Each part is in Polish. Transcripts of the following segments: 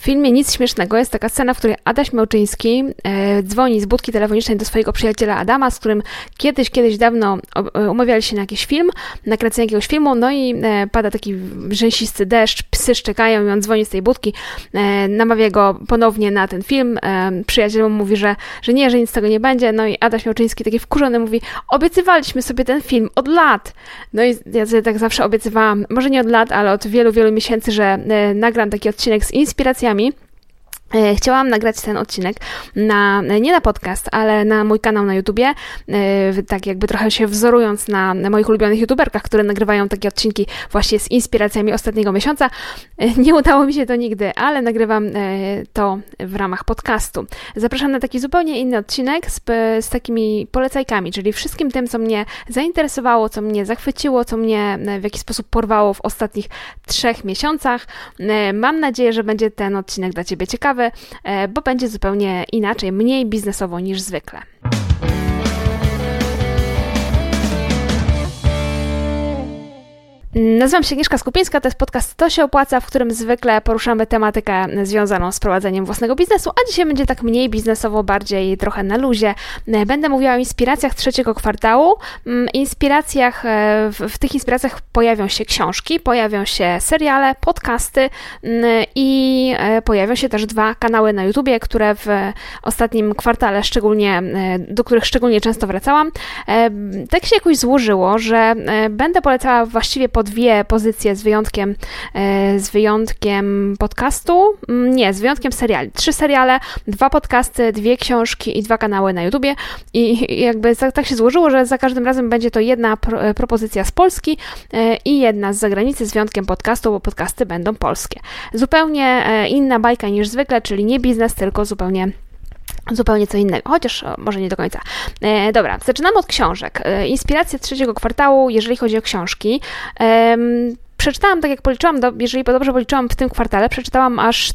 filmie Nic śmiesznego jest taka scena, w której Adaś Miałczyński dzwoni z budki telefonicznej do swojego przyjaciela Adama, z którym kiedyś dawno umawiali się na jakiś film, na kręcenie jakiegoś filmu, no i pada taki rzęsisty deszcz, psy szczekają i on dzwoni z tej budki, namawia go ponownie na ten film. Przyjaciel mu mówi, że nie, że nic z tego nie będzie, no i Adaś Miałczyński taki wkurzony mówi: obiecywaliśmy sobie ten film od lat. No i ja sobie tak zawsze obiecywałam, może nie od lat, ale od wielu miesięcy, że nagram taki odcinek z inspiracjami. Chciałam nagrać ten odcinek nie na podcast, ale na mój kanał na YouTubie, tak jakby trochę się wzorując na moich ulubionych YouTuberkach, które nagrywają takie odcinki właśnie z inspiracjami ostatniego miesiąca. Nie udało mi się to nigdy, ale nagrywam to w ramach podcastu. Zapraszam na taki zupełnie inny odcinek z takimi polecajkami, czyli wszystkim tym, co mnie zainteresowało, co mnie zachwyciło, co mnie w jakiś sposób porwało w ostatnich 3 miesiącach. Mam nadzieję, że będzie ten odcinek dla Ciebie ciekawy, bo będzie zupełnie inaczej, mniej biznesowo niż zwykle. Nazywam się Agnieszka Skupińska, to jest podcast To się opłaca, w którym zwykle poruszamy tematykę związaną z prowadzeniem własnego biznesu, a dzisiaj będzie tak mniej biznesowo, bardziej trochę na luzie. Będę mówiła o inspiracjach 3. kwartału. W tych inspiracjach pojawią się książki, pojawią się seriale, podcasty i pojawią się też 2 kanały na YouTubie, które w ostatnim kwartale do których szczególnie często wracałam. Tak się jakoś złożyło, że będę polecała właściwie po 2 pozycje z wyjątkiem podcastu, z wyjątkiem seriali. 3 seriale, 2 podcasty, 2 książki i 2 kanały na YouTubie i jakby tak się złożyło, że za każdym razem będzie to jedna propozycja z Polski i jedna z zagranicy z wyjątkiem podcastu, bo podcasty będą polskie. Zupełnie inna bajka niż zwykle, czyli nie biznes, tylko zupełnie co innego, chociaż może nie do końca. Dobra, zaczynamy od książek. Inspiracje 3. kwartału, jeżeli chodzi o książki. Przeczytałam, tak jak policzyłam, jeżeli dobrze policzyłam w tym kwartale, przeczytałam aż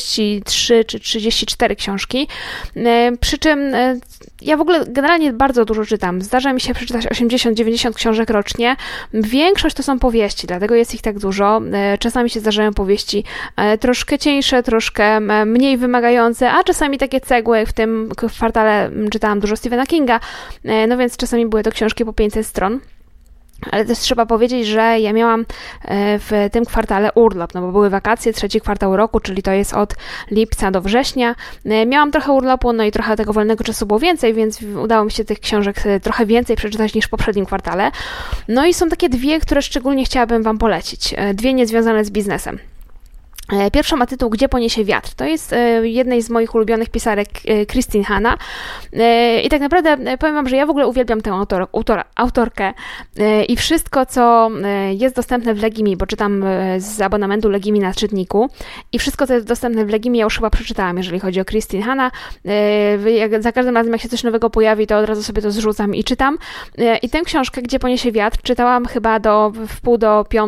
33 czy 34 książki, przy czym ja w ogóle generalnie bardzo dużo czytam. Zdarza mi się przeczytać 80-90 książek rocznie. Większość to są powieści, dlatego jest ich tak dużo. Czasami się zdarzają powieści troszkę cieńsze, troszkę mniej wymagające, a czasami takie cegły. W tym kwartale czytałam dużo Stephena Kinga, no więc czasami były to książki po 500 stron. Ale też trzeba powiedzieć, że ja miałam w tym kwartale urlop, no bo były wakacje, 3. kwartał roku, czyli to jest od lipca do września. Miałam trochę urlopu, no i trochę tego wolnego czasu było więcej, więc udało mi się tych książek trochę więcej przeczytać niż w poprzednim kwartale. No i są takie 2, które szczególnie chciałabym Wam polecić. 2 niezwiązane z biznesem. Pierwsza ma tytuł Gdzie poniesie wiatr. To jest jednej z moich ulubionych pisarek Kristin Hanna i tak naprawdę powiem Wam, że ja w ogóle uwielbiam tę autorkę i wszystko, co jest dostępne w Legimi, bo czytam z abonamentu Legimi na czytniku i wszystko, co jest dostępne w Legimi, ja już chyba przeczytałam, jeżeli chodzi o Kristin Hanna. Za każdym razem, jak się coś nowego pojawi, to od razu sobie to zrzucam i czytam. I tę książkę Gdzie poniesie wiatr czytałam chyba w pół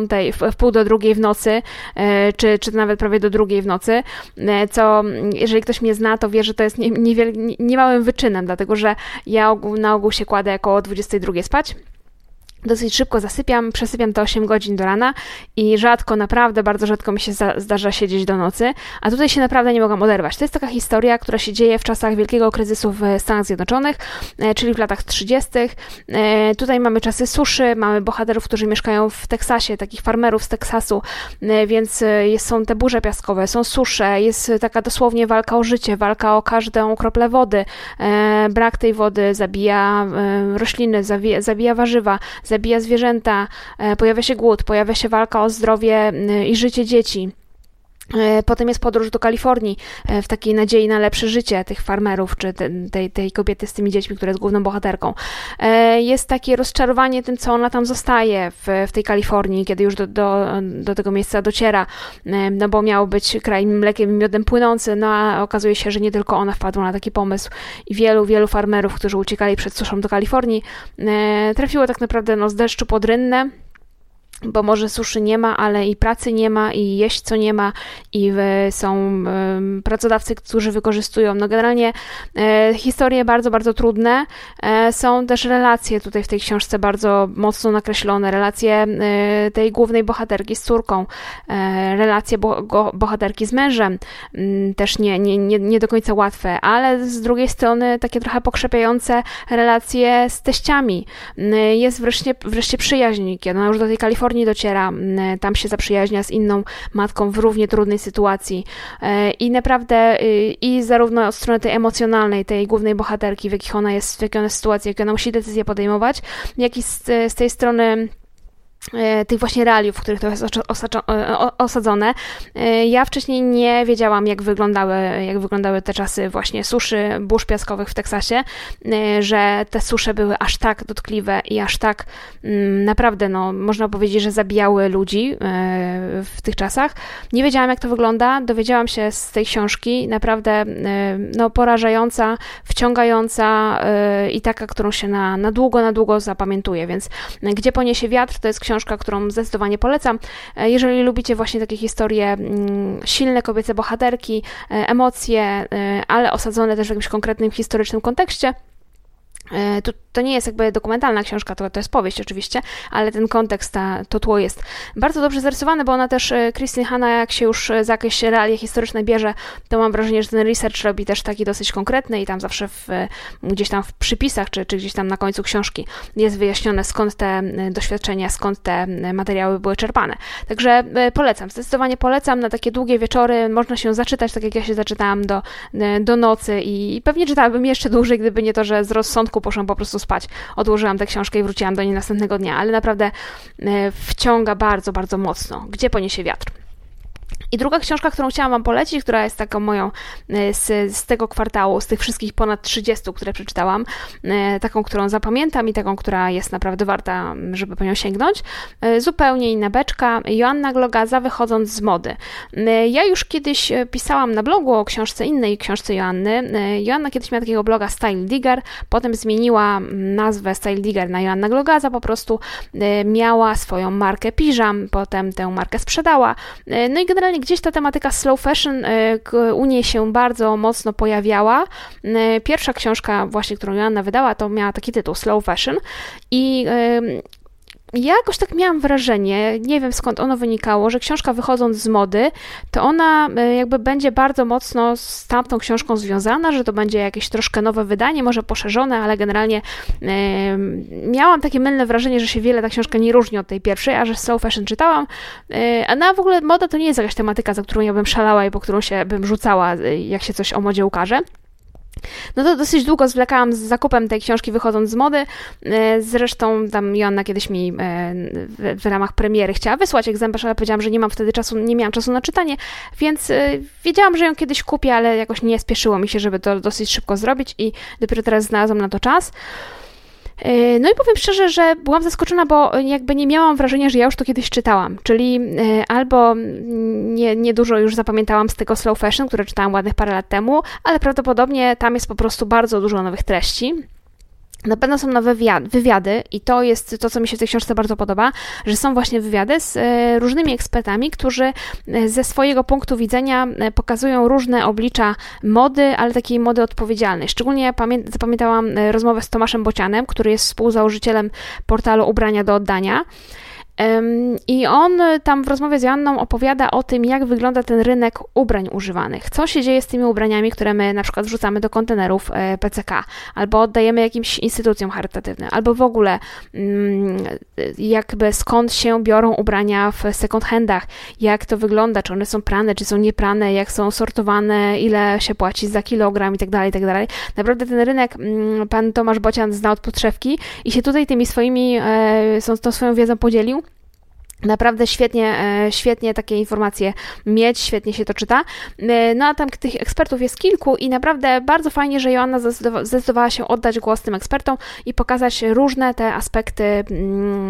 do 2 w nocy, czy nawet prawie do 2 w nocy, co jeżeli ktoś mnie zna, to wie, że to jest niemałym wyczynem, dlatego że ja na ogół się kładę około 22 spać. Dosyć szybko przesypiam te 8 godzin do rana i naprawdę bardzo rzadko mi się zdarza siedzieć do nocy, a tutaj się naprawdę nie mogłam oderwać. To jest taka historia, która się dzieje w czasach wielkiego kryzysu w Stanach Zjednoczonych, czyli w latach 30. Tutaj mamy czasy suszy, mamy bohaterów, którzy mieszkają w Teksasie, takich farmerów z Teksasu, więc są te burze piaskowe, są susze, jest taka dosłownie walka o życie, walka o każdą kroplę wody. Brak tej wody zabija rośliny, zabija warzywa, zabija zwierzęta, pojawia się głód, pojawia się walka o zdrowie i życie dzieci. Potem jest podróż do Kalifornii w takiej nadziei na lepsze życie tych farmerów, czy tej kobiety z tymi dziećmi, która jest główną bohaterką. Jest takie rozczarowanie tym, co ona tam zostaje w tej Kalifornii, kiedy już do tego miejsca dociera, no bo miał być kraj mlekiem i miodem płynący, no a okazuje się, że nie tylko ona wpadła na taki pomysł i wielu farmerów, którzy uciekali przed suszą do Kalifornii, trafiło tak naprawdę z deszczu pod rynnę. bo może suszy nie ma, ale i pracy nie ma, i jeść co nie ma, i są pracodawcy, którzy wykorzystują. No generalnie historie bardzo, bardzo trudne. Są też relacje tutaj w tej książce bardzo mocno nakreślone. Relacje tej głównej bohaterki z córką, relacje bohaterki z mężem, też nie do końca łatwe, ale z drugiej strony takie trochę pokrzepiające relacje z teściami. Jest wreszcie przyjaźń, kiedy ona już do tej Kalifornii dociera, tam się zaprzyjaźnia z inną matką w równie trudnej sytuacji i naprawdę i zarówno od strony tej emocjonalnej, tej głównej bohaterki, w jakich ona jest w sytuacji, jak ona musi decyzje podejmować, jak i z tej strony tych właśnie realiów, w których to jest osadzone. Ja wcześniej nie wiedziałam, jak wyglądały te czasy właśnie suszy, burz piaskowych w Teksasie, że te susze były aż tak dotkliwe i aż tak naprawdę, no, można powiedzieć, że zabijały ludzi w tych czasach. Nie wiedziałam, jak to wygląda, dowiedziałam się z tej książki, naprawdę no, porażająca, wciągająca i taka, którą się na długo zapamiętuje, więc Gdzie poniesie wiatr to jest książka, którą zdecydowanie polecam. Jeżeli lubicie właśnie takie historie, silne kobiece bohaterki, emocje, ale osadzone też w jakimś konkretnym historycznym kontekście, to nie jest jakby dokumentalna książka, to jest powieść oczywiście, ale ten kontekst, to tło jest bardzo dobrze zarysowane, bo ona też, Kristin Hanna, jak się już za jakieś realia historyczne bierze, to mam wrażenie, że ten research robi też taki dosyć konkretny i tam zawsze gdzieś tam w przypisach, czy gdzieś tam na końcu książki jest wyjaśnione, skąd te doświadczenia, skąd te materiały były czerpane. Także polecam, zdecydowanie polecam na takie długie wieczory, można się zaczytać, tak jak ja się zaczytałam do nocy i pewnie czytałabym jeszcze dłużej, gdyby nie to, że z rozsądku poszłam po prostu spać. Odłożyłam tę książkę i wróciłam do niej następnego dnia, ale naprawdę wciąga bardzo, bardzo mocno. Gdzie poniesie wiatr? I druga książka, którą chciałam wam polecić, która jest taką moją z tego kwartału, z tych wszystkich ponad 30, które przeczytałam, taką, którą zapamiętam i taką, która jest naprawdę warta, żeby po nią sięgnąć. Zupełnie inna beczka. Joanna Glogaza, Wychodząc z mody. Ja już kiedyś pisałam na blogu o innej książce Joanny. Joanna kiedyś miała takiego bloga Style Digger, potem zmieniła nazwę Style Digger na Joanna Glogaza, po prostu miała swoją markę piżam, potem tę markę sprzedała. No i generalnie gdzieś ta tematyka slow fashion u niej się bardzo mocno pojawiała. Pierwsza książka właśnie, którą Joanna wydała, to miała taki tytuł Slow Fashion i ja jakoś tak miałam wrażenie, nie wiem skąd ono wynikało, że książka Wychodząc z mody, to ona jakby będzie bardzo mocno z tamtą książką związana, że to będzie jakieś troszkę nowe wydanie, może poszerzone, ale generalnie miałam takie mylne wrażenie, że się wiele ta książka nie różni od tej pierwszej, a że slow fashion czytałam, a w ogóle moda to nie jest jakaś tematyka, za którą ja bym szalała i po którą się bym rzucała, jak się coś o modzie ukaże. No to dosyć długo zwlekałam z zakupem tej książki Wychodząc z mody. Zresztą tam Joanna kiedyś mi w ramach premiery chciała wysłać egzemplarz, ale powiedziałam, że nie miałam czasu na czytanie, więc wiedziałam, że ją kiedyś kupię, ale jakoś nie spieszyło mi się, żeby to dosyć szybko zrobić i dopiero teraz znalazłam na to czas. No i powiem szczerze, że byłam zaskoczona, bo jakby nie miałam wrażenia, że ja już to kiedyś czytałam, czyli albo niedużo już zapamiętałam z tego slow fashion, które czytałam ładnych parę lat temu, ale prawdopodobnie tam jest po prostu bardzo dużo nowych treści. Na pewno są nowe wywiady i to jest to, co mi się w tej książce bardzo podoba, że są właśnie wywiady z różnymi ekspertami, którzy ze swojego punktu widzenia pokazują różne oblicza mody, ale takiej mody odpowiedzialnej. Szczególnie zapamiętałam rozmowę z Tomaszem Bocianem, który jest współzałożycielem portalu Ubrania do oddania. I on tam w rozmowie z Joanną opowiada o tym, jak wygląda ten rynek ubrań używanych. Co się dzieje z tymi ubraniami, które my na przykład wrzucamy do kontenerów PCK, albo oddajemy jakimś instytucjom charytatywnym, albo w ogóle jakby skąd się biorą ubrania w second handach, jak to wygląda, czy one są prane, czy są nieprane, jak są sortowane, ile się płaci za kilogram i tak dalej, i tak dalej. Naprawdę ten rynek pan Tomasz Bocian zna od podszewki i się tutaj tymi tą swoją wiedzą podzielił. Naprawdę świetnie takie informacje mieć, świetnie się to czyta. No a tam tych ekspertów jest kilku i naprawdę bardzo fajnie, że Joanna zdecydowała się oddać głos tym ekspertom i pokazać różne te aspekty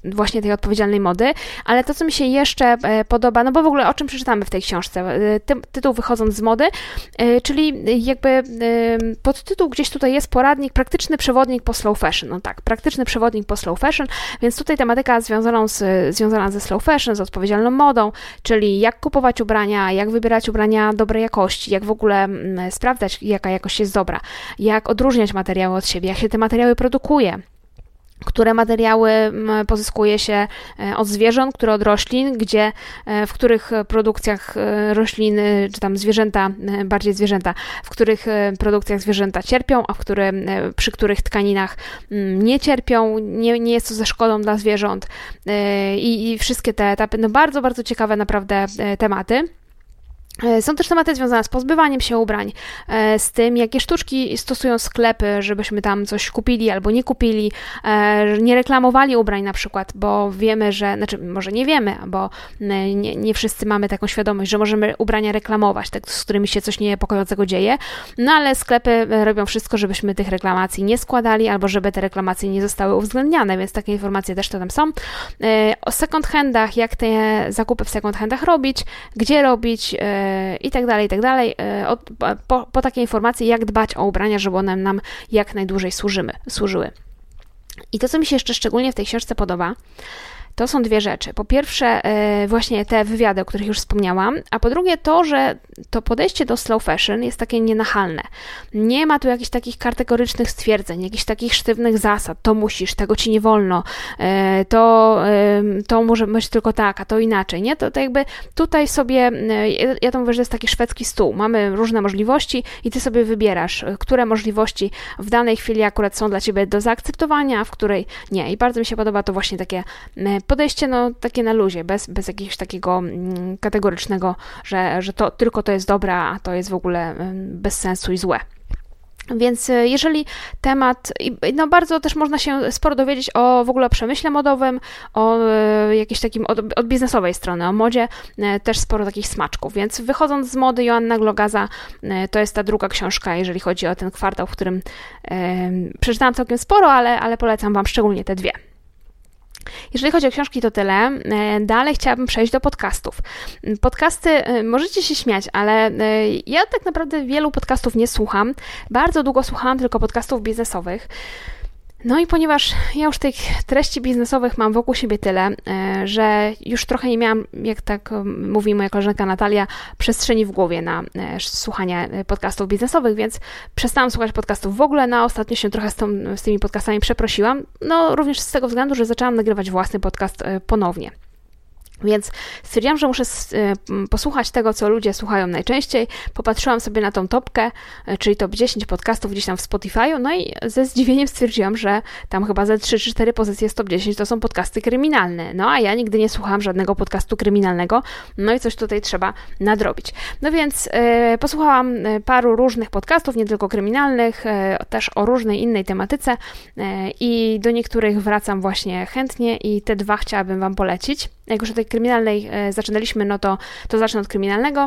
właśnie tej odpowiedzialnej mody, ale to, co mi się jeszcze podoba, no bo w ogóle o czym przeczytamy w tej książce? Tytuł wychodząc z mody, czyli jakby podtytuł gdzieś tutaj jest poradnik, praktyczny przewodnik po slow fashion. No tak, praktyczny przewodnik po slow fashion, więc tutaj tematyka związana ze slow fashion, z odpowiedzialną modą, czyli jak kupować ubrania, jak wybierać ubrania dobrej jakości, jak w ogóle sprawdzać, jaka jakość jest dobra, jak odróżniać materiały od siebie, jak się te materiały produkuje, które materiały pozyskuje się od zwierząt, które od roślin, w których produkcjach rośliny, czy tam bardziej zwierzęta, w których produkcjach zwierzęta cierpią, a przy których tkaninach nie cierpią, nie jest to ze szkodą dla zwierząt i wszystkie te etapy, no bardzo, bardzo ciekawe naprawdę tematy. Są też tematy związane z pozbywaniem się ubrań, z tym, jakie sztuczki stosują sklepy, żebyśmy tam coś kupili albo nie kupili, nie reklamowali ubrań na przykład, bo wiemy, może nie wiemy, bo nie wszyscy mamy taką świadomość, że możemy ubrania reklamować, z którymi się coś niepokojącego dzieje, no ale sklepy robią wszystko, żebyśmy tych reklamacji nie składali, albo żeby te reklamacje nie zostały uwzględniane, więc takie informacje też to tam są. O second handach, jak te zakupy w second handach robić, gdzie robić, i tak dalej, po takie informacje, jak dbać o ubrania, żeby one nam jak najdłużej służyły. I to, co mi się jeszcze szczególnie w tej książce podoba, to są dwie rzeczy. Po pierwsze, właśnie te wywiady, o których już wspomniałam, a po drugie to, że to podejście do slow fashion jest takie nienachalne. Nie ma tu jakichś takich kategorycznych stwierdzeń, jakichś takich sztywnych zasad. To musisz, tego ci nie wolno, to może być tylko tak, a to inaczej. Nie? To jakby tutaj sobie, ja to mówię, że to jest taki szwedzki stół. Mamy różne możliwości i ty sobie wybierasz, które możliwości w danej chwili akurat są dla ciebie do zaakceptowania, a w której nie. I bardzo mi się podoba to właśnie takie podejście takie na luzie, bez jakiegoś takiego kategorycznego, że tylko to jest dobre, a to jest w ogóle bez sensu i złe. Więc jeżeli temat, no bardzo też można się sporo dowiedzieć w ogóle o przemyśle modowym, o jakimś takim od biznesowej strony, o modzie, też sporo takich smaczków. Więc wychodząc z mody, Joanna Glogaza, to jest ta druga książka, jeżeli chodzi o ten kwartał, w którym przeczytałam całkiem sporo, ale polecam Wam szczególnie te dwie. Jeżeli chodzi o książki, to tyle. Dalej chciałabym przejść do podcastów. Podcasty, możecie się śmiać, ale ja tak naprawdę wielu podcastów nie słucham. Bardzo długo słuchałam tylko podcastów biznesowych. No i ponieważ ja już tych treści biznesowych mam wokół siebie tyle, że już trochę nie miałam, jak tak mówi moja koleżanka Natalia, przestrzeni w głowie na słuchanie podcastów biznesowych, więc przestałam słuchać podcastów w ogóle. Na ostatnio się trochę z tymi podcastami przeprosiłam, no również z tego względu, że zaczęłam nagrywać własny podcast ponownie. Więc stwierdziłam, że muszę posłuchać tego, co ludzie słuchają najczęściej. Popatrzyłam sobie na tą topkę, czyli top 10 podcastów gdzieś tam w Spotify'u, no i ze zdziwieniem stwierdziłam, że tam chyba ze 3 czy 4 pozycje z top 10 to są podcasty kryminalne. No a ja nigdy nie słuchałam żadnego podcastu kryminalnego, no i coś tutaj trzeba nadrobić. No więc posłuchałam paru różnych podcastów, nie tylko kryminalnych, też o różnej innej tematyce i do niektórych wracam właśnie chętnie i te dwa chciałabym Wam polecić. Jak już o tej kryminalnej zaczynaliśmy, no to zacznę od kryminalnego.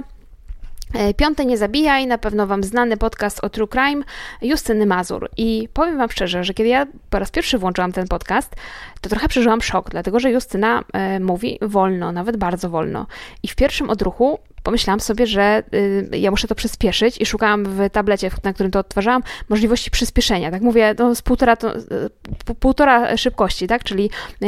Piąte nie zabijaj, na pewno Wam znany podcast o True Crime Justyny Mazur. I powiem Wam szczerze, że kiedy ja po raz pierwszy włączyłam ten podcast, to trochę przeżyłam szok, dlatego że Justyna mówi wolno, nawet bardzo wolno. I w pierwszym odruchu pomyślałam sobie, że ja muszę to przyspieszyć i szukałam w tablecie, na którym to odtwarzałam, możliwości przyspieszenia. Tak mówię, no z półtora szybkości, tak? Czyli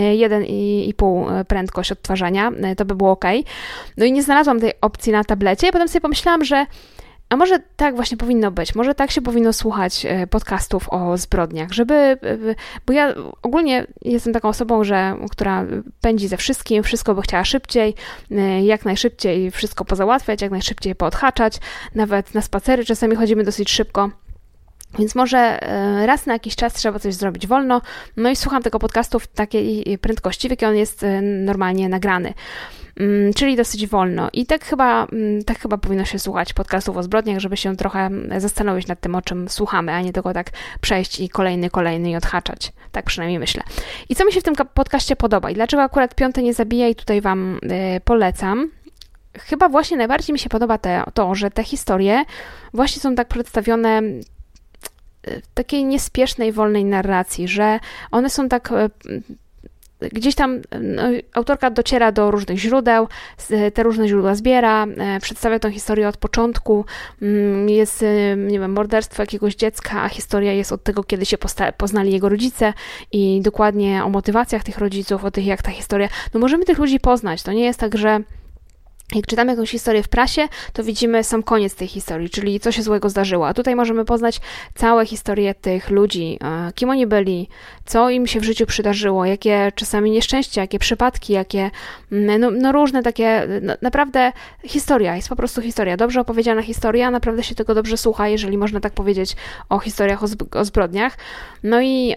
1,5 prędkość odtwarzania, to by było ok. No i nie znalazłam tej opcji na tablecie, potem sobie pomyślałam, że a może tak właśnie powinno być, może tak się powinno słuchać podcastów o zbrodniach, bo ja ogólnie jestem taką osobą, która pędzi ze wszystkim, wszystko by chciała szybciej, jak najszybciej wszystko pozałatwiać, jak najszybciej poodhaczać, nawet na spacery czasami chodzimy dosyć szybko. Więc może raz na jakiś czas trzeba coś zrobić wolno, no i słucham tego podcastu w takiej prędkości, w jakiej on jest normalnie nagrany. Czyli dosyć wolno. I tak chyba powinno się słuchać podcastów o zbrodniach, żeby się trochę zastanowić nad tym, o czym słuchamy, a nie tylko tak przejść i kolejny i odhaczać. Tak przynajmniej myślę. I co mi się w tym podcaście podoba i dlaczego akurat Piąte nie zabija i tutaj Wam polecam. Chyba właśnie najbardziej mi się podoba to, że te historie właśnie są tak przedstawione w takiej niespiesznej, wolnej narracji, że one są tak gdzieś tam autorka dociera do różnych źródeł, te różne źródła zbiera, przedstawia tą historię od początku. Jest, nie wiem, morderstwo jakiegoś dziecka, a historia jest od tego, kiedy się poznali jego rodzice i dokładnie o motywacjach tych rodziców, o tych, jak ta historia... No możemy tych ludzi poznać. To nie jest tak, że jak czytamy jakąś historię w prasie, to widzimy sam koniec tej historii, czyli co się złego zdarzyło. A tutaj możemy poznać całe historie tych ludzi, kim oni byli, co im się w życiu przydarzyło, jakie czasami nieszczęścia, jakie przypadki, jakie różne takie, naprawdę historia, jest po prostu historia, dobrze opowiedziana historia, naprawdę się tego dobrze słucha, jeżeli można tak powiedzieć o historiach, o zbrodniach. No i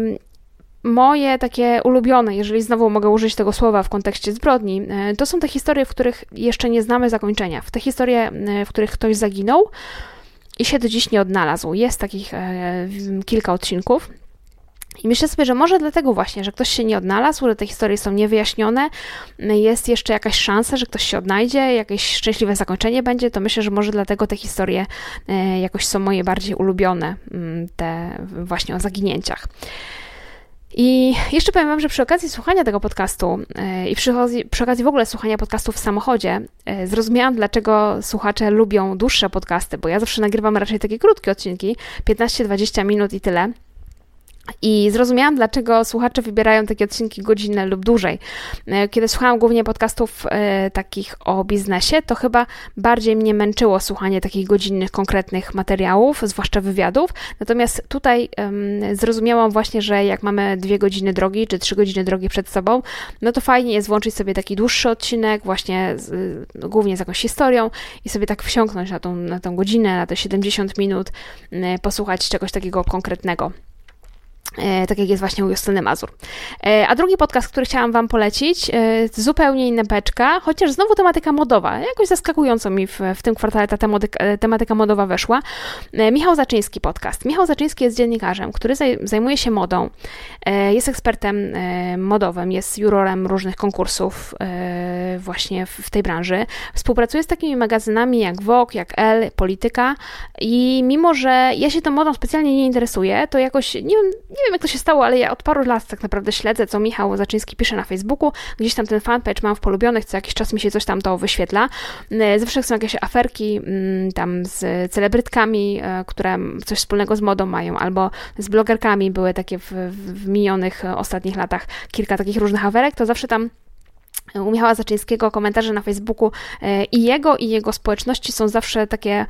moje takie ulubione, jeżeli znowu mogę użyć tego słowa w kontekście zbrodni, to są te historie, w których jeszcze nie znamy zakończenia. W te historie, w których ktoś zaginął i się do dziś nie odnalazł. Jest takich kilka odcinków. I myślę sobie, że może dlatego właśnie, że ktoś się nie odnalazł, że te historie są niewyjaśnione, jest jeszcze jakaś szansa, że ktoś się odnajdzie, jakieś szczęśliwe zakończenie będzie, to myślę, że może dlatego te historie jakoś są moje bardziej ulubione, te właśnie o zaginięciach. I jeszcze powiem wam, że przy okazji słuchania tego podcastu i przy okazji w ogóle słuchania podcastów w samochodzie zrozumiałam, dlaczego słuchacze lubią dłuższe podcasty, bo ja zawsze nagrywam raczej takie krótkie odcinki, 15-20 minut i tyle. I zrozumiałam, dlaczego słuchacze wybierają takie odcinki godzinne lub dłużej. Kiedy słuchałam głównie podcastów takich o biznesie, to chyba bardziej mnie męczyło słuchanie takich godzinnych, konkretnych materiałów, zwłaszcza wywiadów. Natomiast tutaj zrozumiałam właśnie, że jak mamy 2 godziny drogi, czy 3 godziny drogi przed sobą, no to fajnie jest włączyć sobie taki dłuższy odcinek, właśnie głównie z jakąś historią i sobie tak wsiąknąć na tą godzinę, na te 70 minut, posłuchać czegoś takiego konkretnego. Tak jak jest właśnie u Justyny Mazur. A drugi podcast, który chciałam wam polecić, zupełnie inna beczka, chociaż znowu tematyka modowa. Jakoś zaskakująco mi w tym kwartale ta tematyka modowa weszła. Michał Zaczyński podcast. Michał Zaczyński jest dziennikarzem, który zajmuje się modą. Jest ekspertem modowym, jest jurorem różnych konkursów właśnie w tej branży. Współpracuje z takimi magazynami jak Vogue, jak Elle, Polityka i mimo, że ja się tą modą specjalnie nie interesuję, to jakoś, nie wiem jak to się stało, ale ja od paru lat tak naprawdę śledzę, co Michał Zaczyński pisze na Facebooku. Gdzieś tam ten fanpage mam w polubionych, co jakiś czas mi się coś tam to wyświetla. Zawsze są jakieś aferki tam z celebrytkami, które coś wspólnego z modą mają, albo z blogerkami. Były takie w minionych ostatnich latach kilka takich różnych aferek, to zawsze tam u Michała Zaczyńskiego komentarze na Facebooku i jego społeczności są zawsze takie,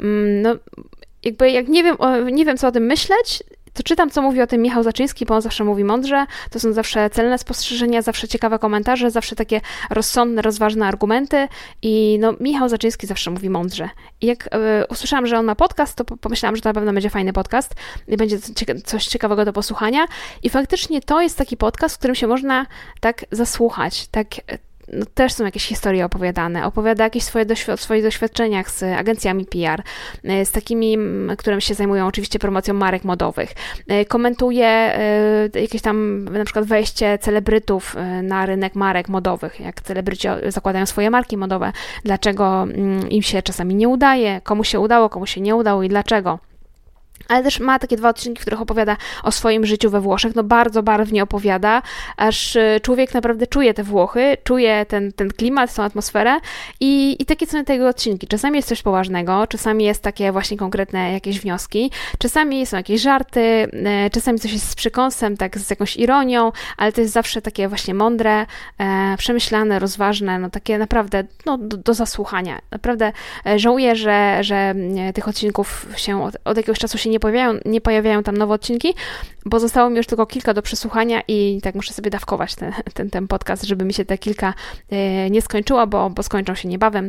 jakby jak nie wiem co o tym myśleć, to czytam, co mówi o tym Michał Zaczyński, bo on zawsze mówi mądrze, to są zawsze celne spostrzeżenia, zawsze ciekawe komentarze, zawsze takie rozsądne, rozważne argumenty i Michał Zaczyński zawsze mówi mądrze. I jak usłyszałam, że on ma podcast, to pomyślałam, że to na pewno będzie fajny podcast i będzie coś ciekawego do posłuchania i faktycznie to jest taki podcast, w którym się można tak zasłuchać, tak też są jakieś historie opowiada jakieś swoje doświadczeniach z agencjami PR, z takimi, które się zajmują oczywiście promocją marek modowych. Komentuje jakieś tam na przykład wejście celebrytów na rynek marek modowych, jak celebryci zakładają swoje marki modowe, dlaczego im się czasami nie udaje, komu się udało, komu się nie udało i dlaczego. Ale też ma takie 2 odcinki, w których opowiada o swoim życiu we Włoszech. Bardzo barwnie opowiada, aż człowiek naprawdę czuje te Włochy, czuje ten klimat, tą atmosferę i takie są te jego odcinki. Czasami jest coś poważnego, czasami jest takie właśnie konkretne jakieś wnioski, czasami są jakieś żarty, czasami coś jest z przekąsem, tak z jakąś ironią, ale to jest zawsze takie właśnie mądre, przemyślane, rozważne, takie naprawdę do zasłuchania. Naprawdę żałuję, że tych odcinków się od jakiegoś czasu się nie pojawiają tam nowe odcinki, bo zostało mi już tylko kilka do przesłuchania i tak muszę sobie dawkować ten podcast, żeby mi się te kilka nie skończyło, bo skończą się niebawem.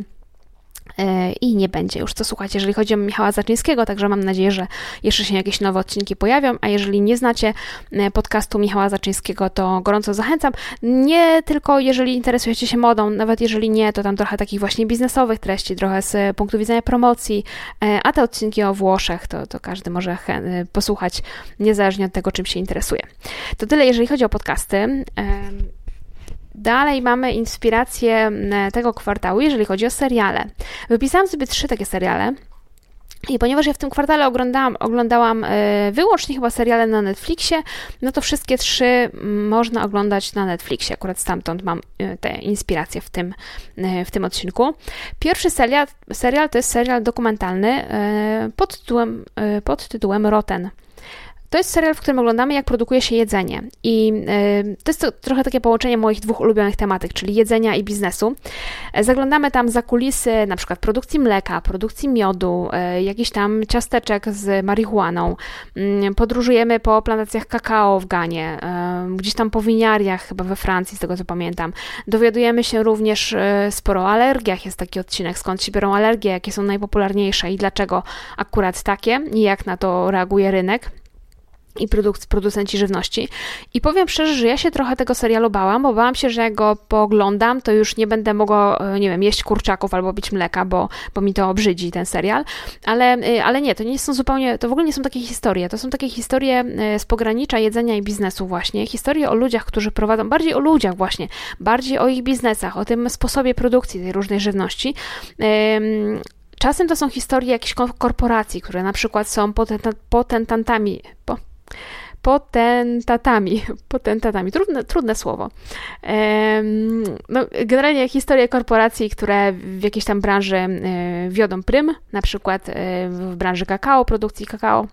I nie będzie już co słuchać, jeżeli chodzi o Michała Zaczyńskiego, także mam nadzieję, że jeszcze się jakieś nowe odcinki pojawią, a jeżeli nie znacie podcastu Michała Zaczyńskiego, to gorąco zachęcam. Nie tylko jeżeli interesujecie się modą, nawet jeżeli nie, to tam trochę takich właśnie biznesowych treści, trochę z punktu widzenia promocji, a te odcinki o Włoszech, to każdy może posłuchać, niezależnie od tego, czym się interesuje. To tyle, jeżeli chodzi o podcasty. Dalej mamy inspirację tego kwartału, jeżeli chodzi o seriale. Wypisałam sobie 3 takie seriale. I ponieważ ja w tym kwartale oglądałam wyłącznie chyba seriale na Netflixie, no to wszystkie 3 można oglądać na Netflixie. Akurat stamtąd mam te inspiracje w tym odcinku. Pierwszy serial to jest serial dokumentalny pod tytułem Rotten. To jest serial, w którym oglądamy, jak produkuje się jedzenie. I to jest trochę takie połączenie moich 2 ulubionych tematyk, czyli jedzenia i biznesu. Zaglądamy tam za kulisy na przykład produkcji mleka, produkcji miodu, jakichś tam ciasteczek z marihuaną. Podróżujemy po plantacjach kakao w Ganie, gdzieś tam po winiariach, chyba we Francji, z tego co pamiętam. Dowiadujemy się również sporo o alergiach. Jest taki odcinek, skąd się biorą alergie, jakie są najpopularniejsze i dlaczego akurat takie i jak na to reaguje rynek i producenci żywności. I powiem szczerze, że ja się trochę tego serialu bałam, bo bałam się, że jak go pooglądam, to już nie będę mogła, nie wiem, jeść kurczaków albo pić mleka, bo mi to obrzydzi ten serial. Ale nie, to nie są zupełnie, to w ogóle nie są takie historie. To są takie historie z pogranicza jedzenia i biznesu właśnie. Historie o ludziach, którzy prowadzą, bardziej o ludziach właśnie, bardziej o ich biznesach, o tym sposobie produkcji tej różnej żywności. Czasem to są historie jakichś korporacji, które na przykład są potentatami, trudne słowo. No, generalnie historie korporacji, które w jakiejś tam branży wiodą prym, na przykład w branży kakao, produkcji kakao.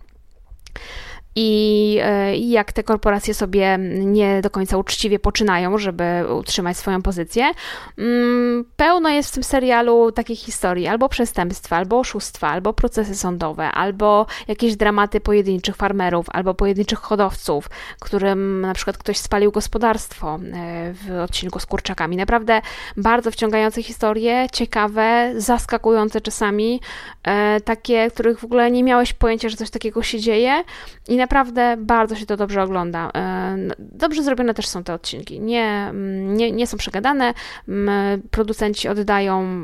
I jak te korporacje sobie nie do końca uczciwie poczynają, żeby utrzymać swoją pozycję. Pełno jest w tym serialu takich historii, albo przestępstwa, albo oszustwa, albo procesy sądowe, albo jakieś dramaty pojedynczych farmerów, albo pojedynczych hodowców, którym na przykład ktoś spalił gospodarstwo w odcinku z kurczakami. Naprawdę bardzo wciągające historie, ciekawe, zaskakujące czasami, takie, których w ogóle nie miałeś pojęcia, że coś takiego się dzieje i naprawdę bardzo się to dobrze ogląda. Dobrze zrobione też są te odcinki. Nie są przegadane. Producenci oddają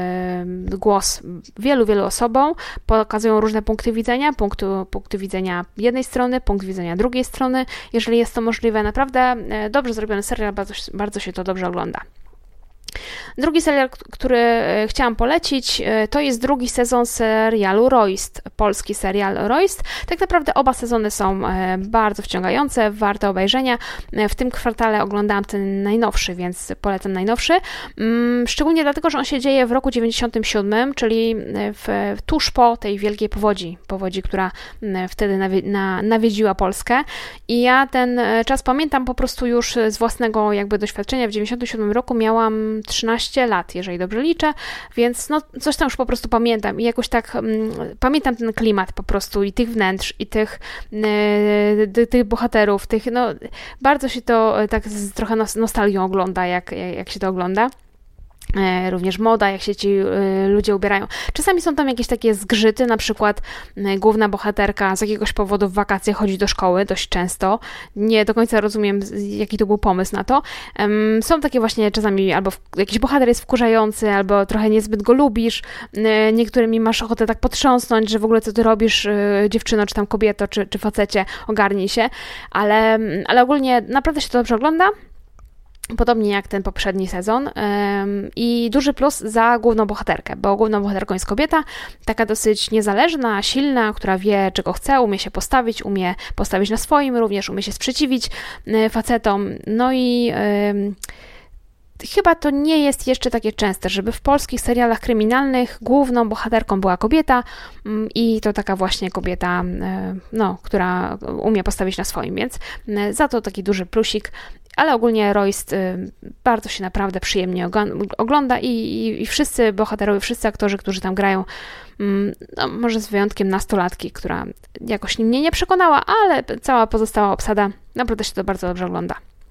głos wielu osobom, pokazują różne punkty widzenia, punkty widzenia jednej strony, punkt widzenia drugiej strony, jeżeli jest to możliwe. Naprawdę dobrze zrobiony serial, bardzo się to dobrze ogląda. Drugi serial, który chciałam polecić, to jest drugi sezon serialu Royst, polski serial Royst. Tak naprawdę oba sezony są bardzo wciągające, warte obejrzenia. W tym kwartale oglądałam ten najnowszy, więc polecam najnowszy. Szczególnie dlatego, że on się dzieje w roku 97, czyli tuż po tej wielkiej powodzi, która wtedy nawiedziła Polskę. I ja ten czas pamiętam po prostu już z własnego jakby doświadczenia. W 97 roku miałam 13 lat, jeżeli dobrze liczę, więc no coś tam już po prostu pamiętam i jakoś tak pamiętam ten klimat po prostu i tych wnętrz, i tych bohaterów, no bardzo się to tak z trochę nostalgią ogląda, jak się to ogląda. Również moda, jak się ci ludzie ubierają. Czasami są tam jakieś takie zgrzyty, na przykład główna bohaterka z jakiegoś powodu w wakacje chodzi do szkoły dość często. Nie do końca rozumiem, jaki to był pomysł na to. Są takie właśnie czasami, albo jakiś bohater jest wkurzający, albo trochę niezbyt go lubisz. Niektórymi masz ochotę tak potrząsnąć, że w ogóle co ty robisz, dziewczyno, czy tam kobieto, czy facecie, ogarnij się. Ale ogólnie naprawdę się to dobrze ogląda. Podobnie jak ten poprzedni sezon i duży plus za główną bohaterkę, bo główną bohaterką jest kobieta, taka dosyć niezależna, silna, która wie, czego chce, umie się postawić, umie postawić na swoim, również umie się sprzeciwić facetom, no i chyba to nie jest jeszcze takie częste, żeby w polskich serialach kryminalnych główną bohaterką była kobieta i to taka właśnie kobieta, no, która umie postawić na swoim, więc za to taki duży plusik. Ale ogólnie Royst bardzo się naprawdę przyjemnie ogląda i wszyscy bohaterowie, wszyscy aktorzy, którzy tam grają, no może z wyjątkiem nastolatki, która jakoś mnie nie przekonała, ale cała pozostała obsada naprawdę się to bardzo dobrze ogląda.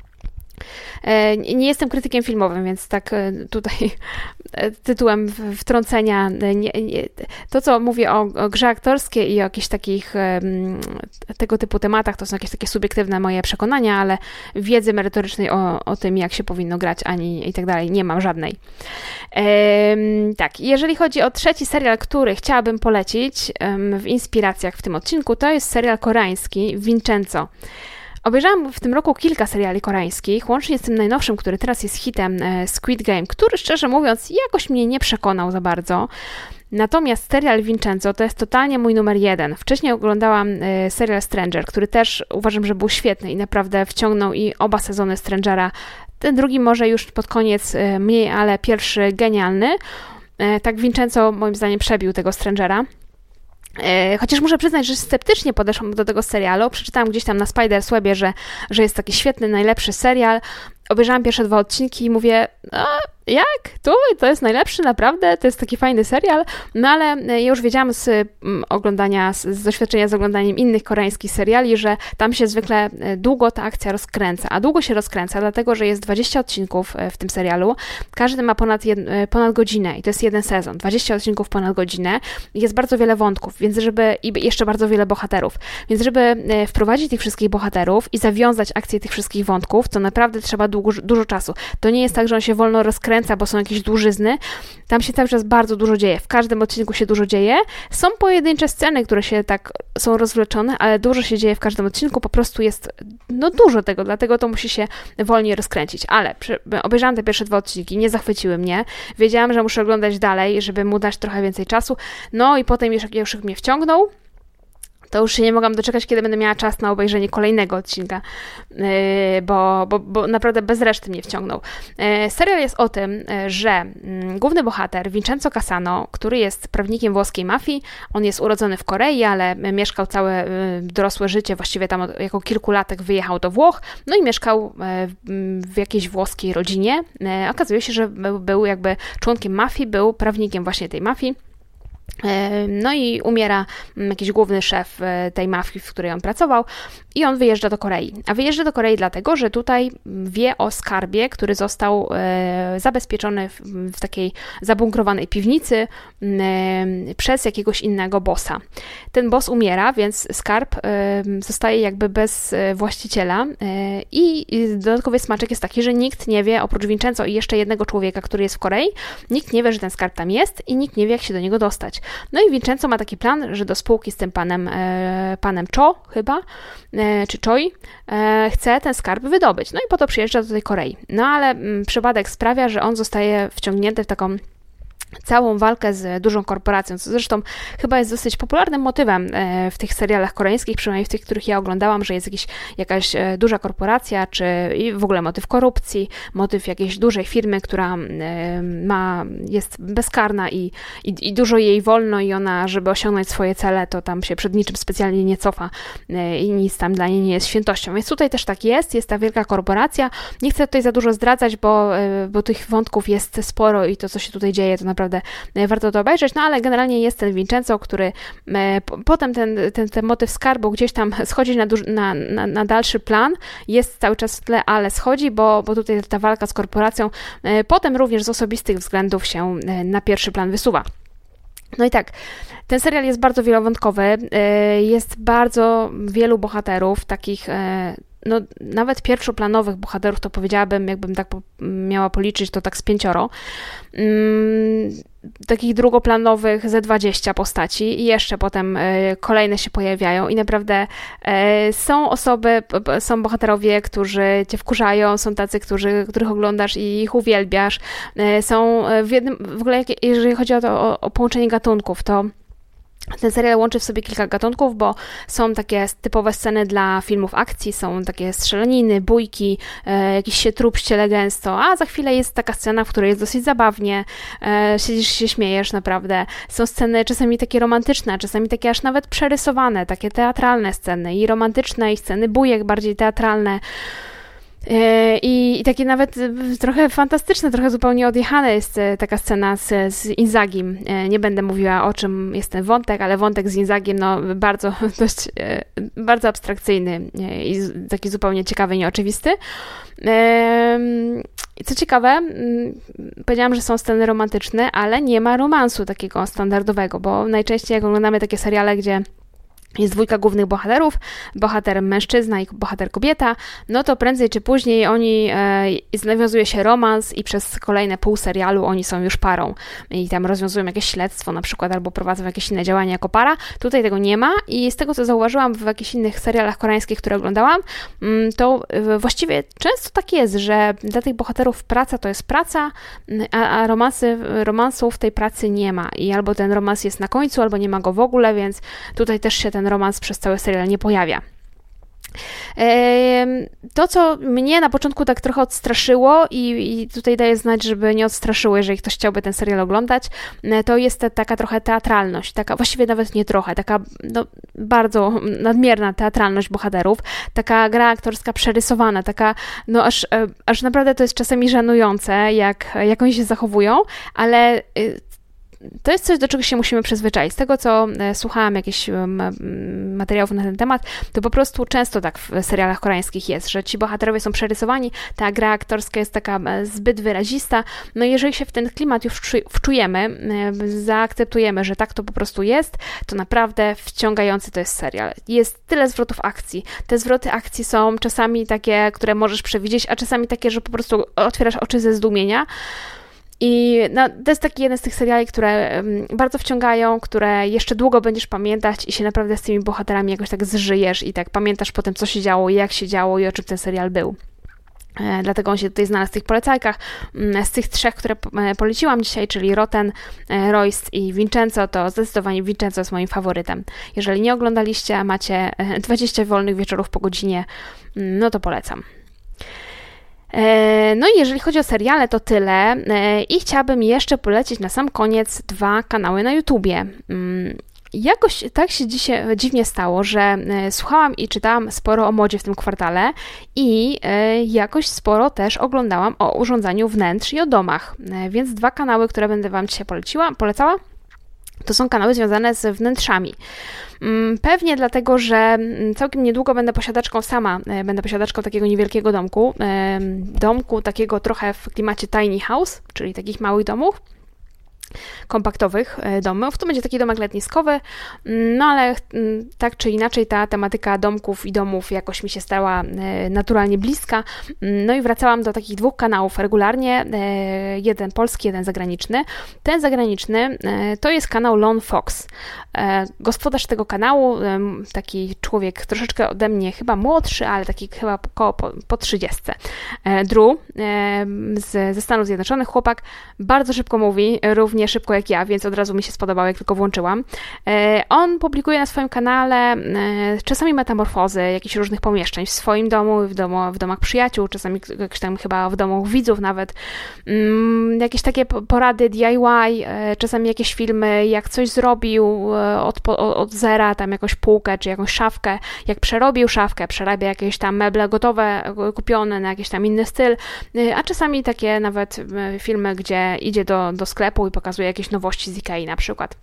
Nie jestem krytykiem filmowym, więc tak tutaj tytułem wtrącenia to, co mówię o grze aktorskiej i o jakichś takich tego typu tematach, to są jakieś takie subiektywne moje przekonania, ale wiedzy merytorycznej o tym, jak się powinno grać, ani i tak dalej, nie mam żadnej. Tak, jeżeli chodzi o trzeci serial, który chciałabym polecić w inspiracjach w tym odcinku, to jest serial koreański Vincenzo. Obejrzałam w tym roku kilka seriali koreańskich, łącznie z tym najnowszym, który teraz jest hitem, Squid Game, który szczerze mówiąc jakoś mnie nie przekonał za bardzo. Natomiast serial Vincenzo to jest totalnie mój numer 1. Wcześniej oglądałam serial Stranger, który też uważam, że był świetny i naprawdę wciągnął i oba sezony Strangera. Ten drugi może już pod koniec mniej, ale pierwszy genialny. Tak Vincenzo moim zdaniem przebił tego Strangera. Chociaż muszę przyznać, że sceptycznie podeszłam do tego serialu. Przeczytałam gdzieś tam na Spiderswebie, że jest taki świetny, najlepszy serial. Obejrzałam pierwsze 2 odcinki i mówię, jak? To jest najlepszy, naprawdę? To jest taki fajny serial? No ale ja już wiedziałam z oglądania, z doświadczenia z oglądaniem innych koreańskich seriali, że tam się zwykle długo ta akcja rozkręca. A długo się rozkręca, dlatego że jest 20 odcinków w tym serialu. Każdy ma ponad godzinę i to jest jeden sezon. 20 odcinków ponad godzinę. Jest bardzo wiele wątków, więc i jeszcze bardzo wiele bohaterów. Więc żeby wprowadzić tych wszystkich bohaterów i zawiązać akcję tych wszystkich wątków, to naprawdę trzeba dużo czasu. To nie jest tak, że on się wolno rozkręca, bo są jakieś dłużyzny. Tam się cały czas bardzo dużo dzieje. W każdym odcinku się dużo dzieje. Są pojedyncze sceny, które się tak są rozwleczone, ale dużo się dzieje w każdym odcinku. Po prostu jest dużo tego, dlatego to musi się wolniej rozkręcić. Ale obejrzałam te pierwsze 2 odcinki, nie zachwyciły mnie. Wiedziałam, że muszę oglądać dalej, żeby mu dać trochę więcej czasu. No i potem już mnie wciągnął. To już się nie mogłam doczekać, kiedy będę miała czas na obejrzenie kolejnego odcinka, bo naprawdę bez reszty mnie wciągnął. Serial jest o tym, że główny bohater Vincenzo Cassano, który jest prawnikiem włoskiej mafii, on jest urodzony w Korei, ale mieszkał całe dorosłe życie, właściwie tam jako kilkulatek wyjechał do Włoch, no i mieszkał w jakiejś włoskiej rodzinie. Okazuje się, że był jakby członkiem mafii, był prawnikiem właśnie tej mafii. No i umiera jakiś główny szef tej mafii, w której on pracował i on wyjeżdża do Korei. A wyjeżdża do Korei dlatego, że tutaj wie o skarbie, który został zabezpieczony w takiej zabunkrowanej piwnicy przez jakiegoś innego bossa. Ten boss umiera, więc skarb zostaje jakby bez właściciela i dodatkowy smaczek jest taki, że nikt nie wie, oprócz Vincenzo i jeszcze jednego człowieka, który jest w Korei, nikt nie wie, że ten skarb tam jest i nikt nie wie, jak się do niego dostać. No i Vincenzo ma taki plan, że do spółki z tym panem Cho chyba, czy Choi, chce ten skarb wydobyć. No i po to przyjeżdża do tej Korei. No ale przypadek sprawia, że on zostaje wciągnięty w taką całą walkę z dużą korporacją, co zresztą chyba jest dosyć popularnym motywem w tych serialach koreańskich, przynajmniej w tych, których ja oglądałam, że jest jakaś duża korporacja, czy i w ogóle motyw korupcji, motyw jakiejś dużej firmy, która jest bezkarna i dużo jej wolno i ona, żeby osiągnąć swoje cele, to tam się przed niczym specjalnie nie cofa i nic tam dla niej nie jest świętością. Więc tutaj też tak jest ta wielka korporacja. Nie chcę tutaj za dużo zdradzać, bo tych wątków jest sporo i to, co się tutaj dzieje, to naprawdę warto to obejrzeć, no ale generalnie jest ten Vincenzo, który potem ten motyw skarbu gdzieś tam schodzi na dalszy plan, jest cały czas w tle, ale schodzi, bo tutaj ta walka z korporacją potem również z osobistych względów się na pierwszy plan wysuwa. No i tak, ten serial jest bardzo wielowątkowy, jest bardzo wielu bohaterów, takich no nawet pierwszoplanowych bohaterów, to powiedziałabym, jakbym tak miała policzyć, to tak z 5. Takich drugoplanowych ze 20 postaci i jeszcze potem kolejne się pojawiają i naprawdę są bohaterowie, którzy cię wkurzają, są tacy, których oglądasz i ich uwielbiasz. Są w ogóle jeżeli chodzi o połączenie gatunków, to ten serial łączy w sobie kilka gatunków, bo są takie typowe sceny dla filmów akcji, są takie strzelaniny, bójki, jakiś się trup ściele gęsto, a za chwilę jest taka scena, w której jest dosyć zabawnie, siedzisz się śmiejesz naprawdę. Są sceny czasami takie romantyczne, czasami takie aż nawet przerysowane, takie teatralne sceny i romantyczne i sceny bójek bardziej teatralne. I takie nawet trochę fantastyczne, trochę zupełnie odjechane jest taka scena z Inzagim. Nie będę mówiła, o czym jest ten wątek, ale wątek z Inzagiem, no bardzo abstrakcyjny i taki zupełnie ciekawy, nieoczywisty. Co ciekawe, powiedziałam, że są sceny romantyczne, ale nie ma romansu takiego standardowego, bo najczęściej jak oglądamy takie seriale, gdzie jest dwójka głównych bohaterów, bohater mężczyzna i bohater kobieta, no to prędzej czy później nawiązuje się romans i przez kolejne pół serialu oni są już parą i tam rozwiązują jakieś śledztwo na przykład albo prowadzą jakieś inne działania jako para. Tutaj tego nie ma i z tego, co zauważyłam w jakichś innych serialach koreańskich, które oglądałam, to właściwie często tak jest, że dla tych bohaterów praca to jest praca, a romansów w tej pracy nie ma i albo ten romans jest na końcu, albo nie ma go w ogóle, więc tutaj też się ten romans przez cały serial nie pojawia. To, co mnie na początku tak trochę odstraszyło i tutaj daję znać, żeby nie odstraszyło, jeżeli ktoś chciałby ten serial oglądać, to jest taka trochę teatralność, taka właściwie nawet nie trochę, taka bardzo nadmierna teatralność bohaterów, taka gra aktorska przerysowana, taka aż naprawdę to jest czasami żenujące, jak oni się zachowują, ale to jest coś, do czego się musimy przyzwyczaić. Z tego, co słuchałam jakichś materiałów na ten temat, to po prostu często tak w serialach koreańskich jest, że ci bohaterowie są przerysowani, ta gra aktorska jest taka zbyt wyrazista. No i jeżeli się w ten klimat już wczujemy, zaakceptujemy, że tak to po prostu jest, to naprawdę wciągający to jest serial. Jest tyle zwrotów akcji. Te zwroty akcji są czasami takie, które możesz przewidzieć, a czasami takie, że po prostu otwierasz oczy ze zdumienia. I to jest taki jeden z tych seriali, które bardzo wciągają, które jeszcze długo będziesz pamiętać i się naprawdę z tymi bohaterami jakoś tak zżyjesz i tak pamiętasz potem, co się działo, jak się działo i o czym ten serial był. Dlatego on się tutaj znalazł w tych polecajkach. Z tych trzech, które poleciłam dzisiaj, czyli Rotten, Royce i Vincenzo, to zdecydowanie Vincenzo jest moim faworytem. Jeżeli nie oglądaliście, a macie 20 wolnych wieczorów po godzinie, no to polecam. No i jeżeli chodzi o seriale, to tyle i chciałabym jeszcze polecić na sam koniec 2 kanały na YouTubie. Jakoś tak się dzisiaj dziwnie stało, że słuchałam i czytałam sporo o modzie w tym kwartale i jakoś sporo też oglądałam o urządzaniu wnętrz i o domach, więc 2 kanały, które będę Wam dzisiaj polecała, to są kanały związane z wnętrzami. Pewnie dlatego, że całkiem niedługo będę posiadaczką takiego niewielkiego domku takiego trochę w klimacie tiny house, czyli takich małych domów, kompaktowych domów. To będzie taki domek letniskowy, no ale tak czy inaczej ta tematyka domków i domów jakoś mi się stała naturalnie bliska. No i wracałam do takich 2 kanałów regularnie, jeden polski, jeden zagraniczny. Ten zagraniczny to jest kanał Lone Fox. Gospodarz tego kanału, taki człowiek troszeczkę ode mnie chyba młodszy, ale taki chyba po 30. Drew ze Stanów Zjednoczonych, chłopak, bardzo szybko mówi, równie szybko jak ja, więc od razu mi się spodobało, jak tylko włączyłam. On publikuje na swoim kanale czasami metamorfozy jakichś różnych pomieszczeń w swoim domu, w domach przyjaciół, czasami tam chyba w domach widzów nawet. Jakieś takie porady DIY, czasami jakieś filmy, jak coś zrobił od zera, tam jakąś półkę czy jakąś szafkę, jak przerobił szafkę, przerabia jakieś tam meble gotowe, kupione na jakiś tam inny styl, a czasami takie nawet filmy, gdzie idzie do sklepu i pokazuje jakieś nowości z Ikei na przykład.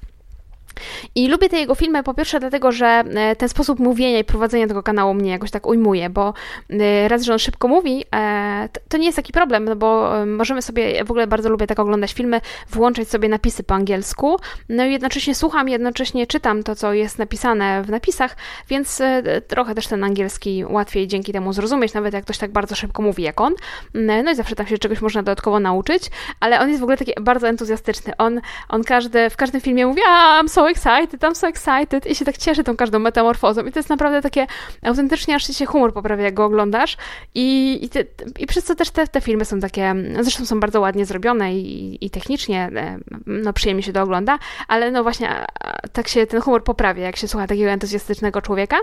I lubię te jego filmy po pierwsze dlatego, że ten sposób mówienia i prowadzenia tego kanału mnie jakoś tak ujmuje, bo raz, że on szybko mówi, to nie jest taki problem, no bo możemy sobie, w ogóle bardzo lubię tak oglądać filmy, włączać sobie napisy po angielsku, no i jednocześnie słucham, jednocześnie czytam to, co jest napisane w napisach, więc trochę też ten angielski łatwiej dzięki temu zrozumieć, nawet jak ktoś tak bardzo szybko mówi jak on, no i zawsze tam się czegoś można dodatkowo nauczyć, ale on jest w ogóle taki bardzo entuzjastyczny, on w każdym filmie mówi, I'm so excited i się tak cieszy tą każdą metamorfozą i to jest naprawdę takie autentycznie, aż się humor poprawia, jak go oglądasz i przez co też te filmy są takie, zresztą są bardzo ładnie zrobione i technicznie no przyjemnie się to ogląda, ale no właśnie tak się ten humor poprawia, jak się słucha takiego entuzjastycznego człowieka.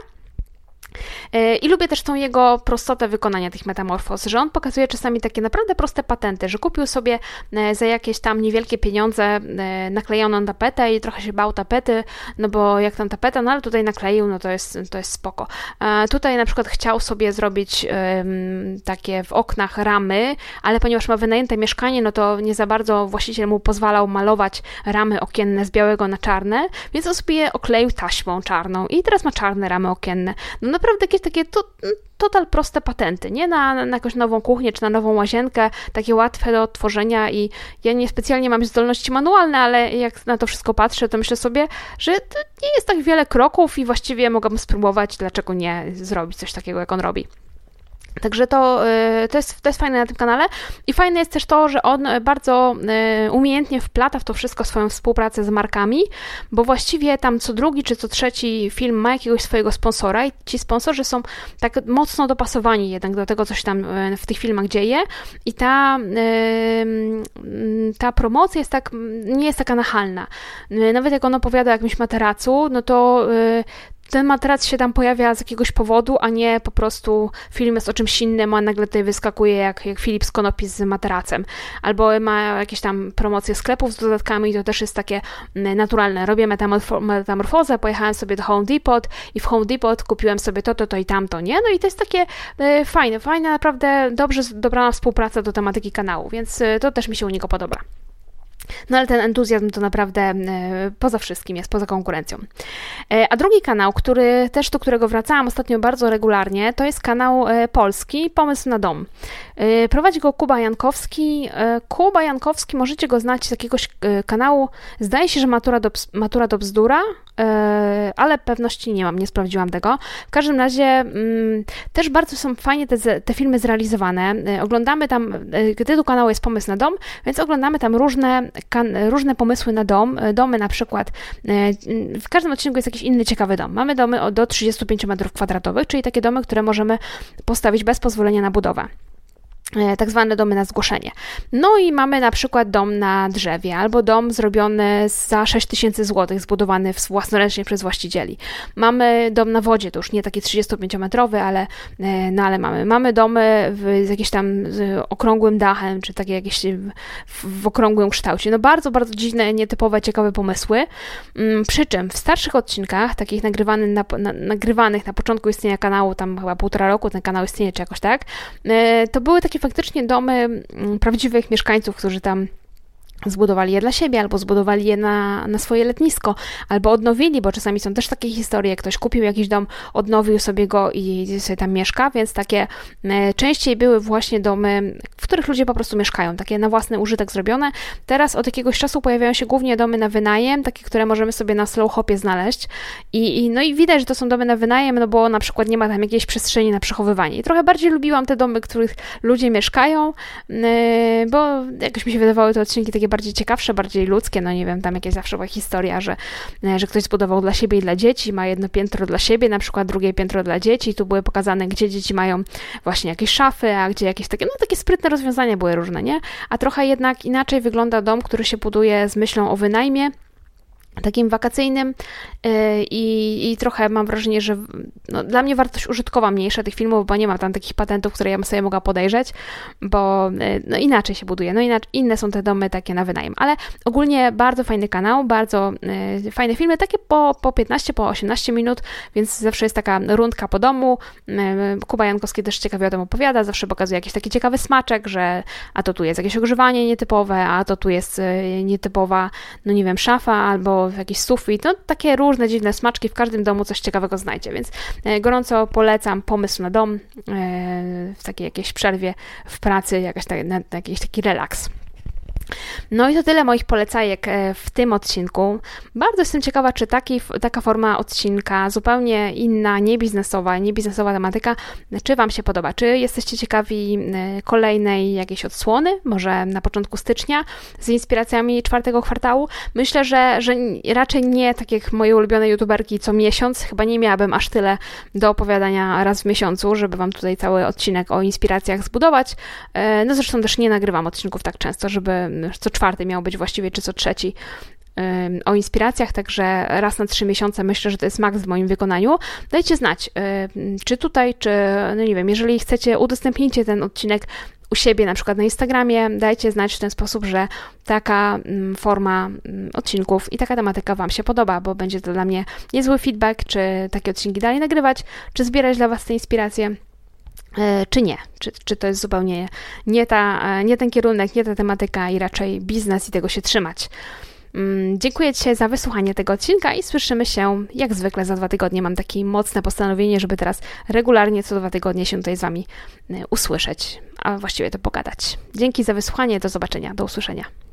I lubię też tą jego prostotę wykonania tych metamorfoz, że on pokazuje czasami takie naprawdę proste patenty, że kupił sobie za jakieś tam niewielkie pieniądze naklejoną tapetę i trochę się bał tapety, no bo jak tam tapeta, no ale tutaj nakleił, no to jest spoko. Tutaj na przykład chciał sobie zrobić takie w oknach ramy, ale ponieważ ma wynajęte mieszkanie, no to nie za bardzo właściciel mu pozwalał malować ramy okienne z białego na czarne, więc on sobie je okleił taśmą czarną i teraz ma czarne ramy okienne. No naprawdę jakieś takie total proste patenty, nie na jakąś nową kuchnię, czy na nową łazienkę, takie łatwe do odtworzenia i ja niespecjalnie mam zdolności manualne, ale jak na to wszystko patrzę, to myślę sobie, że to nie jest tak wiele kroków i właściwie mogłabym spróbować, dlaczego nie zrobić coś takiego, jak on robi. Także to jest fajne na tym kanale i fajne jest też to, że on bardzo umiejętnie wplata w to wszystko swoją współpracę z markami, bo właściwie tam co drugi czy co trzeci film ma jakiegoś swojego sponsora i ci sponsorzy są tak mocno dopasowani jednak do tego, co się tam w tych filmach dzieje i ta promocja jest nie jest taka nachalna. Nawet jak on opowiada o jakimś materacu, no to ten materac się tam pojawia z jakiegoś powodu, a nie po prostu film jest o czymś innym, a nagle tutaj wyskakuje jak Filip z Konopi z materacem. Albo ma jakieś tam promocje sklepów z dodatkami, to też jest takie naturalne. Robię metamorfozę, pojechałem sobie do Home Depot i w Home Depot kupiłem sobie to i tamto, nie? No i to jest takie fajne, naprawdę dobrze dobrana współpraca do tematyki kanału, więc to też mi się u niego podoba. No ale ten entuzjazm to naprawdę poza wszystkim jest, poza konkurencją. A drugi kanał, do którego wracałam ostatnio bardzo regularnie, to jest kanał polski Pomysł na dom. Prowadzi go Kuba Jankowski. Kuba Jankowski, możecie go znać z jakiegoś kanału, zdaje się, że Matura do bzdura, ale pewności nie mam, nie sprawdziłam tego. W każdym razie też bardzo są fajnie te filmy zrealizowane. Oglądamy tam, tytuł kanału jest Pomysł na dom, więc oglądamy tam różne pomysły na domy na przykład. W każdym odcinku jest jakiś inny ciekawy dom. Mamy domy do 35 m2, czyli takie domy, które możemy postawić bez pozwolenia na budowę. Tak zwane domy na zgłoszenie. No i mamy na przykład dom na drzewie, albo dom zrobiony za 6000 zł, zbudowany własnoręcznie przez właścicieli. Mamy dom na wodzie, to już nie taki 35-metrowy, ale mamy domy z jakimś tam z okrągłym dachem, czy takie jakieś w okrągłym kształcie. No bardzo, bardzo dziwne, nietypowe, ciekawe pomysły. Przy czym w starszych odcinkach, takich nagrywanych na początku istnienia kanału, tam chyba 1,5 roku ten kanał istnieje, czy jakoś tak, to były takie faktycznie domy prawdziwych mieszkańców, którzy tam zbudowali je dla siebie, albo zbudowali je na swoje letnisko, albo odnowili, bo czasami są też takie historie, ktoś kupił jakiś dom, odnowił sobie go i sobie tam mieszka, więc takie częściej były właśnie domy, w których ludzie po prostu mieszkają, takie na własny użytek zrobione. Teraz od jakiegoś czasu pojawiają się głównie domy na wynajem, takie, które możemy sobie na Slowhopie znaleźć no i widać, że to są domy na wynajem, no bo na przykład nie ma tam jakiejś przestrzeni na przechowywanie. I trochę bardziej lubiłam te domy, w których ludzie mieszkają, bo jakoś mi się wydawały te odcinki takie bardziej ciekawsze, bardziej ludzkie, no nie wiem, tam jakaś zawsze była historia, że ktoś zbudował dla siebie i dla dzieci, ma jedno piętro dla siebie, na przykład drugie piętro dla dzieci, tu były pokazane, gdzie dzieci mają właśnie jakieś szafy, a gdzie jakieś takie, no takie sprytne rozwiązania były różne, nie? A trochę jednak inaczej wygląda dom, który się buduje z myślą o wynajmie, takim wakacyjnym i trochę mam wrażenie, że dla mnie wartość użytkowa mniejsza tych filmów, bo nie mam tam takich patentów, które ja bym sobie mogła podejrzeć, bo inaczej się buduje, inne są te domy takie na wynajem, ale ogólnie bardzo fajny kanał, bardzo fajne filmy, takie po 15, po 18 minut, więc zawsze jest taka rundka po domu. Kuba Jankowski też ciekawie o tym opowiada, zawsze pokazuje jakiś taki ciekawy smaczek, że a to tu jest jakieś ogrzewanie nietypowe, a to tu jest nietypowa, no nie wiem, szafa albo jakiś sufit, no takie różne dziwne smaczki, w każdym domu coś ciekawego znajdzie, więc gorąco polecam Pomysł na dom w takiej jakiejś przerwie w pracy, jakiś taki relaks. No i to tyle moich polecajek w tym odcinku. Bardzo jestem ciekawa, czy taka forma odcinka, zupełnie inna, niebiznesowa tematyka, czy Wam się podoba? Czy jesteście ciekawi kolejnej jakiejś odsłony, może na początku stycznia, z inspiracjami 4. kwartału? Myślę, że raczej nie tak jak moje ulubione youtuberki co miesiąc. Chyba nie miałabym aż tyle do opowiadania raz w miesiącu, żeby Wam tutaj cały odcinek o inspiracjach zbudować. No zresztą też nie nagrywam odcinków tak często, żeby co 4 miał być właściwie, czy co 3 o inspiracjach, także raz na 3 miesiące myślę, że to jest maks w moim wykonaniu. Dajcie znać, czy tutaj, czy no nie wiem, jeżeli chcecie, udostępnijcie ten odcinek u siebie, na przykład na Instagramie, dajcie znać w ten sposób, że taka forma odcinków i taka tematyka Wam się podoba, bo będzie to dla mnie niezły feedback, czy takie odcinki dalej nagrywać, czy zbierać dla Was te inspiracje, czy nie, czy to jest zupełnie nie ten kierunek, nie ta tematyka i raczej biznes i tego się trzymać. Dziękuję dzisiaj za wysłuchanie tego odcinka i słyszymy się jak zwykle za 2 tygodnie. Mam takie mocne postanowienie, żeby teraz regularnie co 2 tygodnie się tutaj z Wami usłyszeć, a właściwie to pogadać. Dzięki za wysłuchanie, do zobaczenia, do usłyszenia.